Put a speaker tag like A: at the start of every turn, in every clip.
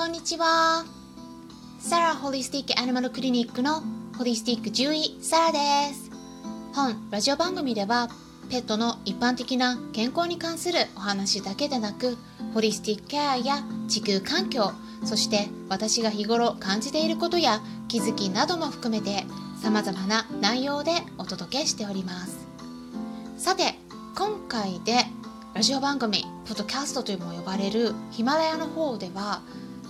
A: こんにちは。サラホリスティックアニマルクリニックのホリスティック獣医サラです。本ラジオ番組ではペットの一般的な健康に関するお話だけでなく、ホリスティックケアや地球環境、そして私が日頃感じていることや気づきなども含めて様々な内容でお届けしております。さて、今回でラジオ番組ポッドキャストとも呼ばれるヒマラヤの方では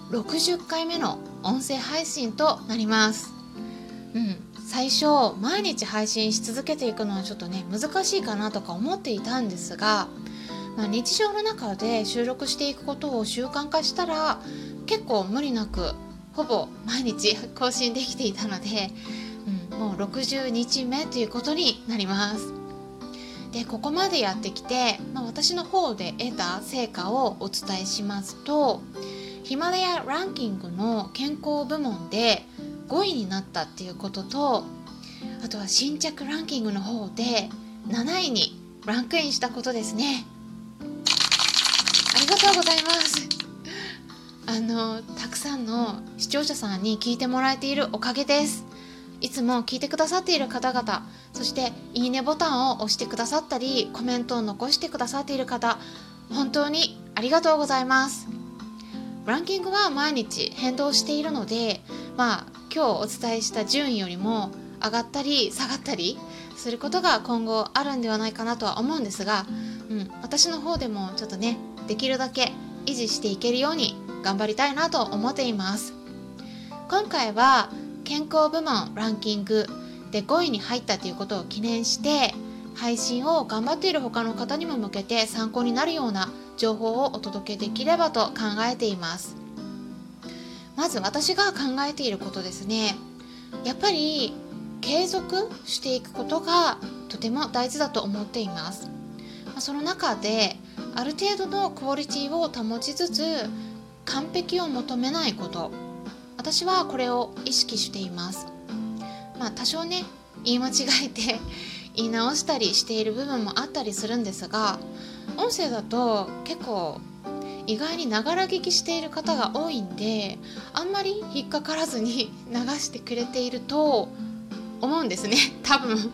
A: 60回目の音声配信となります。最初毎日配信し続けていくのはちょっとね難しいかなとか思っていたんですが、日常の中で収録していくことを習慣化したら結構無理なくほぼ毎日更新できていたので、もう60日目ということになります。で、ここまでやってきて、私の方で得た成果をお伝えしますと、ヒマラヤランキングの健康部門で5位になったっていうことと、あとは新着ランキングの方で7位にランクインしたことですね。ありがとうございます。たくさんの視聴者さんに聞いてもらえているおかげです。いつも聞いてくださっている方々、そしていいねボタンを押してくださったりコメントを残してくださっている方、本当にありがとうございます。ランキングは毎日変動しているので、今日お伝えした順位よりも上がったり下がったりすることが今後あるんではないかなとは思うんですが、私の方でもちょっとねできるだけ維持していけるように頑張りたいなと思っています。今回は健康部門ランキングで5位に入ったということを記念して、配信を頑張っている他の方にも向けて参考になるような情報をお届けできればと考えています。まず私が考えていることですね。やっぱり継続していくことがとても大事だと思っています。その中である程度のクオリティを保ちつつ完璧を求めないこと、私はこれを意識しています。多少ね言い間違えて言い直したりしている部分もあったりするんですが、音声だと結構意外にながら聞きしている方が多いんで、あんまり引っかからずに流してくれていると思うんですね、多分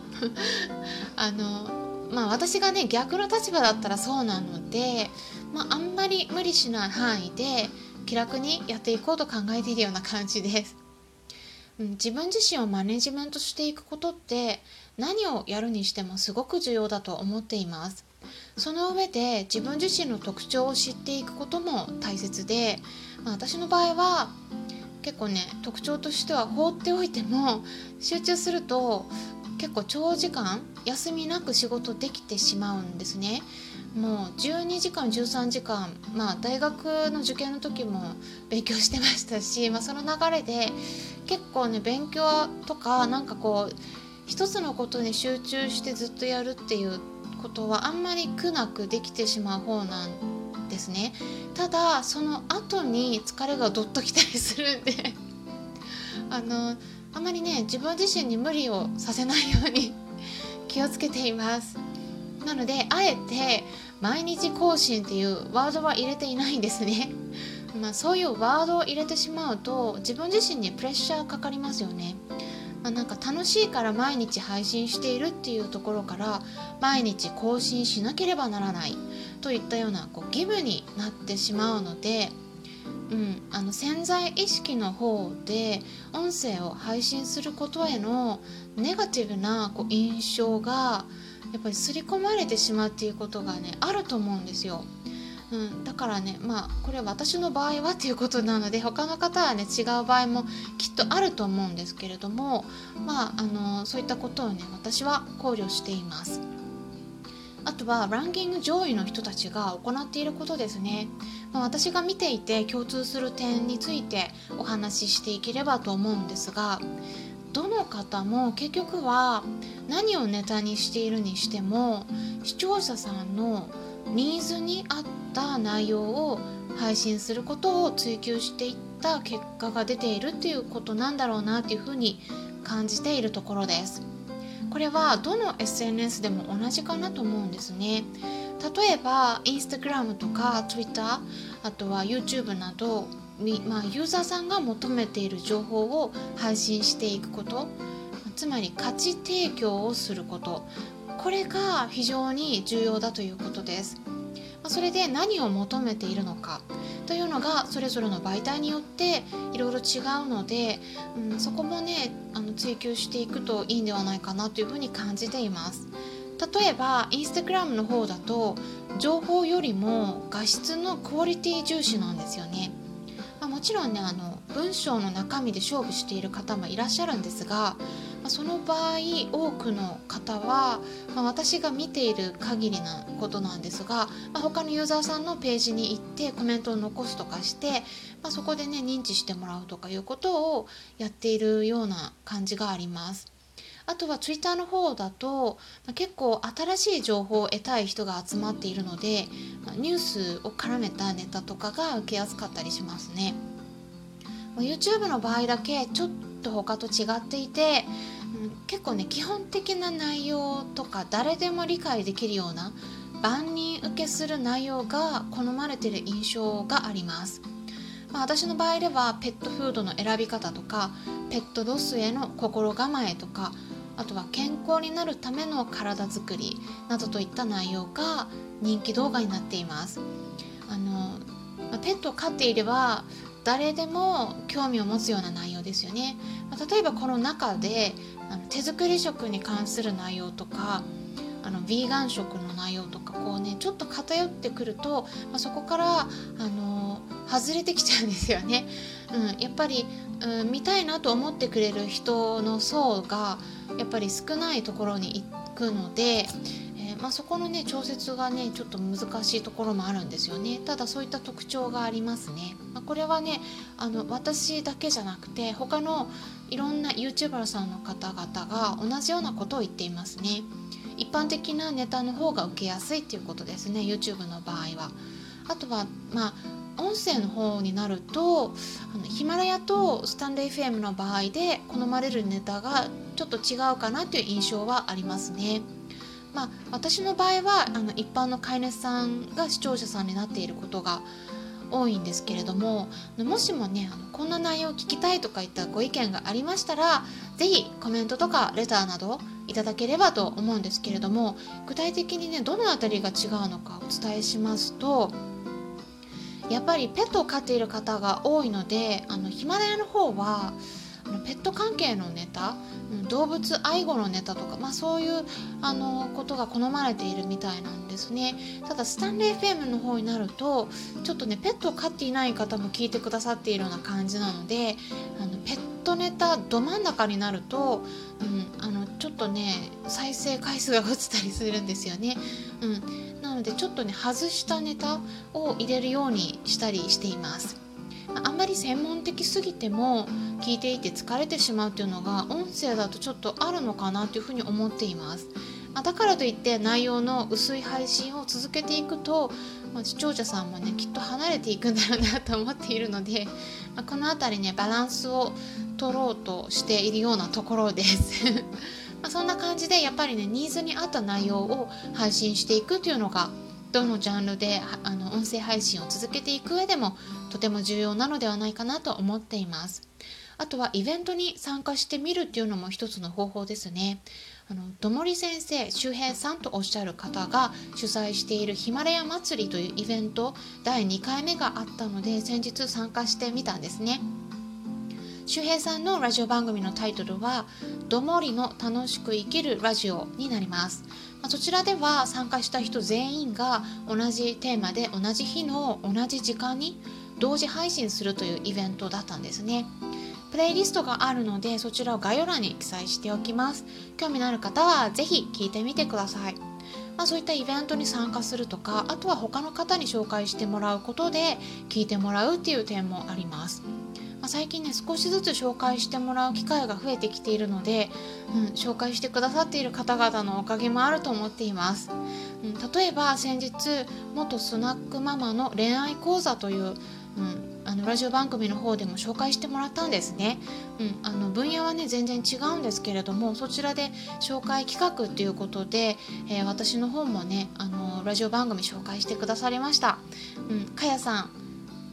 A: 私がね逆の立場だったらそうなので、あんまり無理しない範囲で気楽にやっていこうと考えているような感じです。自分自身をマネジメントしていくことって何をやるにしてもすごく重要だと思っています。その上で自分自身の特徴を知っていくことも大切で、私の場合は結構ね特徴としては放っておいても集中すると結構長時間休みなく仕事できてしまうんですね。もう12時間13時間、大学の受験の時も勉強してましたし、その流れで結構ね勉強とか一つのことに集中してずっとやるっていうことはあんまり苦なくできてしまう方なんですね。ただその後に疲れがどっときたりするんであんまりね自分自身に無理をさせないように気をつけています。なのであえて毎日更新っていうワードは入れていないんですね。そういうワードを入れてしまうと自分自身にプレッシャーかかりますよね。楽しいから毎日配信しているっていうところから毎日更新しなければならないといったような義務になってしまうので、潜在意識の方で音声を配信することへのネガティブな印象がやっぱり刷り込まれてしまうっていうことがねあると思うんですよ。だからねこれは私の場合はっていうことなので、他の方はね違う場合もきっとあると思うんですけれども、そういったことをね私は考慮しています。あとはランキング上位の人たちが行っていることですね。私が見ていて共通する点についてお話ししていければと思うんですが、どの方も結局は何をネタにしているにしても視聴者さんのニーズに合った内容を配信することを追求していった結果が出ているっていうことなんだろうなっていうふうに感じているところです。これはどの SNS でも同じかなと思うんですね。例えばインスタグラムとか Twitter、 あとは YouTube などユーザーさんが求めている情報を配信していくこと、つまり価値提供をすること、これが非常に重要だということです。それで何を求めているのかというのがそれぞれの媒体によっていろいろ違うので、そこもね追求していくといいんではないかなというふうに感じています。例えばインスタグラムの方だと情報よりも画質のクオリティ重視なんですよね。もちろんね文章の中身で勝負している方もいらっしゃるんですが、その場合多くの方は、私が見ている限りなことなんですが、他のユーザーさんのページに行ってコメントを残すとかして、そこでね認知してもらうとかいうことをやっているような感じがあります。あとはツイッターの方だと、結構新しい情報を得たい人が集まっているので、ニュースを絡めたネタとかが受けやすかったりしますね。YouTube の場合だけちょっと他と違っていて、結構ね基本的な内容とか誰でも理解できるような万人受けする内容が好まれている印象があります。私の場合ではペットフードの選び方とかペットロスへの心構えとか、あとは健康になるための体づくりなどといった内容が人気動画になっています。ペットを飼っていれば誰でも興味を持つような内容ですよね。例えばこの中で手作り食に関する内容とかヴィーガン食の内容とかちょっと偏ってくると、そこから外れてきちゃうんですよね。やっぱり、見たいなと思ってくれる人の層がやっぱり少ないところに行くので、そこのね調節がねちょっと難しいところもあるんですよね。ただそういった特徴がありますね。これはね私だけじゃなくて他のいろんな YouTuber さんの方々が同じようなことを言っていますね。一般的なネタの方が受けやすいっていうことですね、 YouTube の場合は。あとは音声の方になるとヒマラヤとスタンド FM の場合で好まれるネタがちょっと違うかなという印象はありますね。私の場合は一般の飼い主さんが視聴者さんになっていることが多いんですけれども、もしもねこんな内容を聞きたいとかいったご意見がありましたら、ぜひコメントとかレターなどいただければと思うんですけれども、具体的にねどのあたりが違うのかお伝えしますと、やっぱりペットを飼っている方が多いのでヒマラヤの方はペット関係のネタ、動物愛護のネタとか、そういうことが好まれているみたいなんですね。ただスタンレー FM の方になるとちょっとねペットを飼っていない方も聞いてくださっているような感じなので、ペットネタど真ん中になると、ちょっとね再生回数が落ちたりするんですよね。なのでちょっとね外したネタを入れるようにしたりしています。あんまり専門的すぎても聞いていて疲れてしまうっていうのが音声だとちょっとあるのかなというふうに思っています。だからといって内容の薄い配信を続けていくと、視聴者さんもねきっと離れていくんだろうなと思っているので、このあたりねバランスを取ろうとしているようなところですそんな感じでやっぱりねニーズに合った内容を配信していくというのがどのジャンルで音声配信を続けていく上でもとても重要なのではないかなと思っています。あとはイベントに参加してみるっていうのも一つの方法ですね。どもり先生周平さんとおっしゃる方が主催しているヒマラヤ祭りというイベント第2回目があったので先日参加してみたんですね。周平さんのラジオ番組のタイトルはどもりの楽しく生きるラジオになります。そちらでは参加した人全員が同じテーマで同じ日の同じ時間に同時配信するというイベントだったんですね。プレイリストがあるのでそちらを概要欄に記載しておきます。興味のある方はぜひ聞いてみてください。そういったイベントに参加するとか、あとは他の方に紹介してもらうことで聞いてもらうっていう点もあります。最近ね少しずつ紹介してもらう機会が増えてきているので、紹介してくださっている方々のおかげもあると思っています。例えば先日元スナックママの恋愛講座という、ラジオ番組の方でも紹介してもらったんですね。分野はね全然違うんですけれども、そちらで紹介企画っていうことで、私の方もねラジオ番組紹介してくださりました。かやさん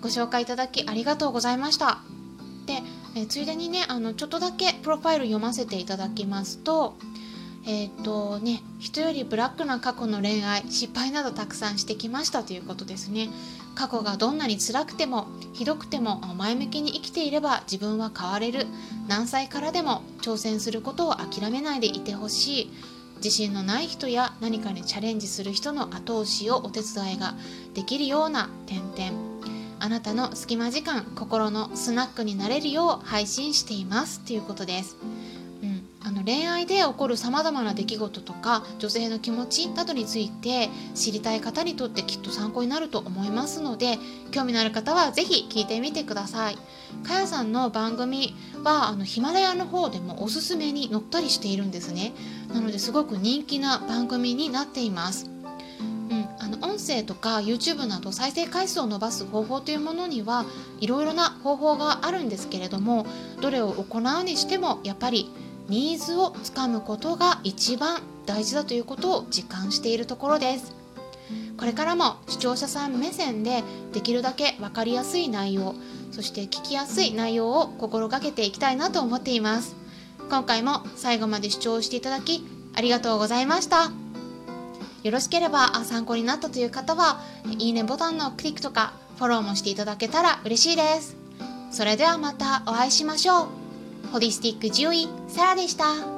A: ご紹介いただきありがとうございました。で、ついでにねちょっとだけプロファイル読ませていただきますと、人よりブラックな過去の恋愛失敗などたくさんしてきましたということですね。過去がどんなに辛くてもひどくても前向きに生きていれば自分は変われる。何歳からでも挑戦することを諦めないでいてほしい。自信のない人や何かにチャレンジする人の後押しをお手伝いができるようなあなたの隙間時間心のスナックになれるよう配信していますということです。恋愛で起こるさまざまな出来事とか女性の気持ちなどについて知りたい方にとってきっと参考になると思いますので、興味のある方はぜひ聞いてみてください。かやさんの番組はヒマラヤの方でもおすすめに載ったりしているんですね。なのですごく人気な番組になっています。音声とか YouTube など再生回数を伸ばす方法というものにはいろいろな方法があるんですけれども、どれを行うにしてもやっぱりニーズをつかむことが一番大事だということを実感しているところです。これからも視聴者さん目線でできるだけ分かりやすい内容、そして聞きやすい内容を心がけていきたいなと思っています。今回も最後まで視聴していただきありがとうございました。よろしければ参考になったという方はいいねボタンのクリックとかフォローもしていただけたら嬉しいです。それではまたお会いしましょう。ホリスティック獣医サラでした。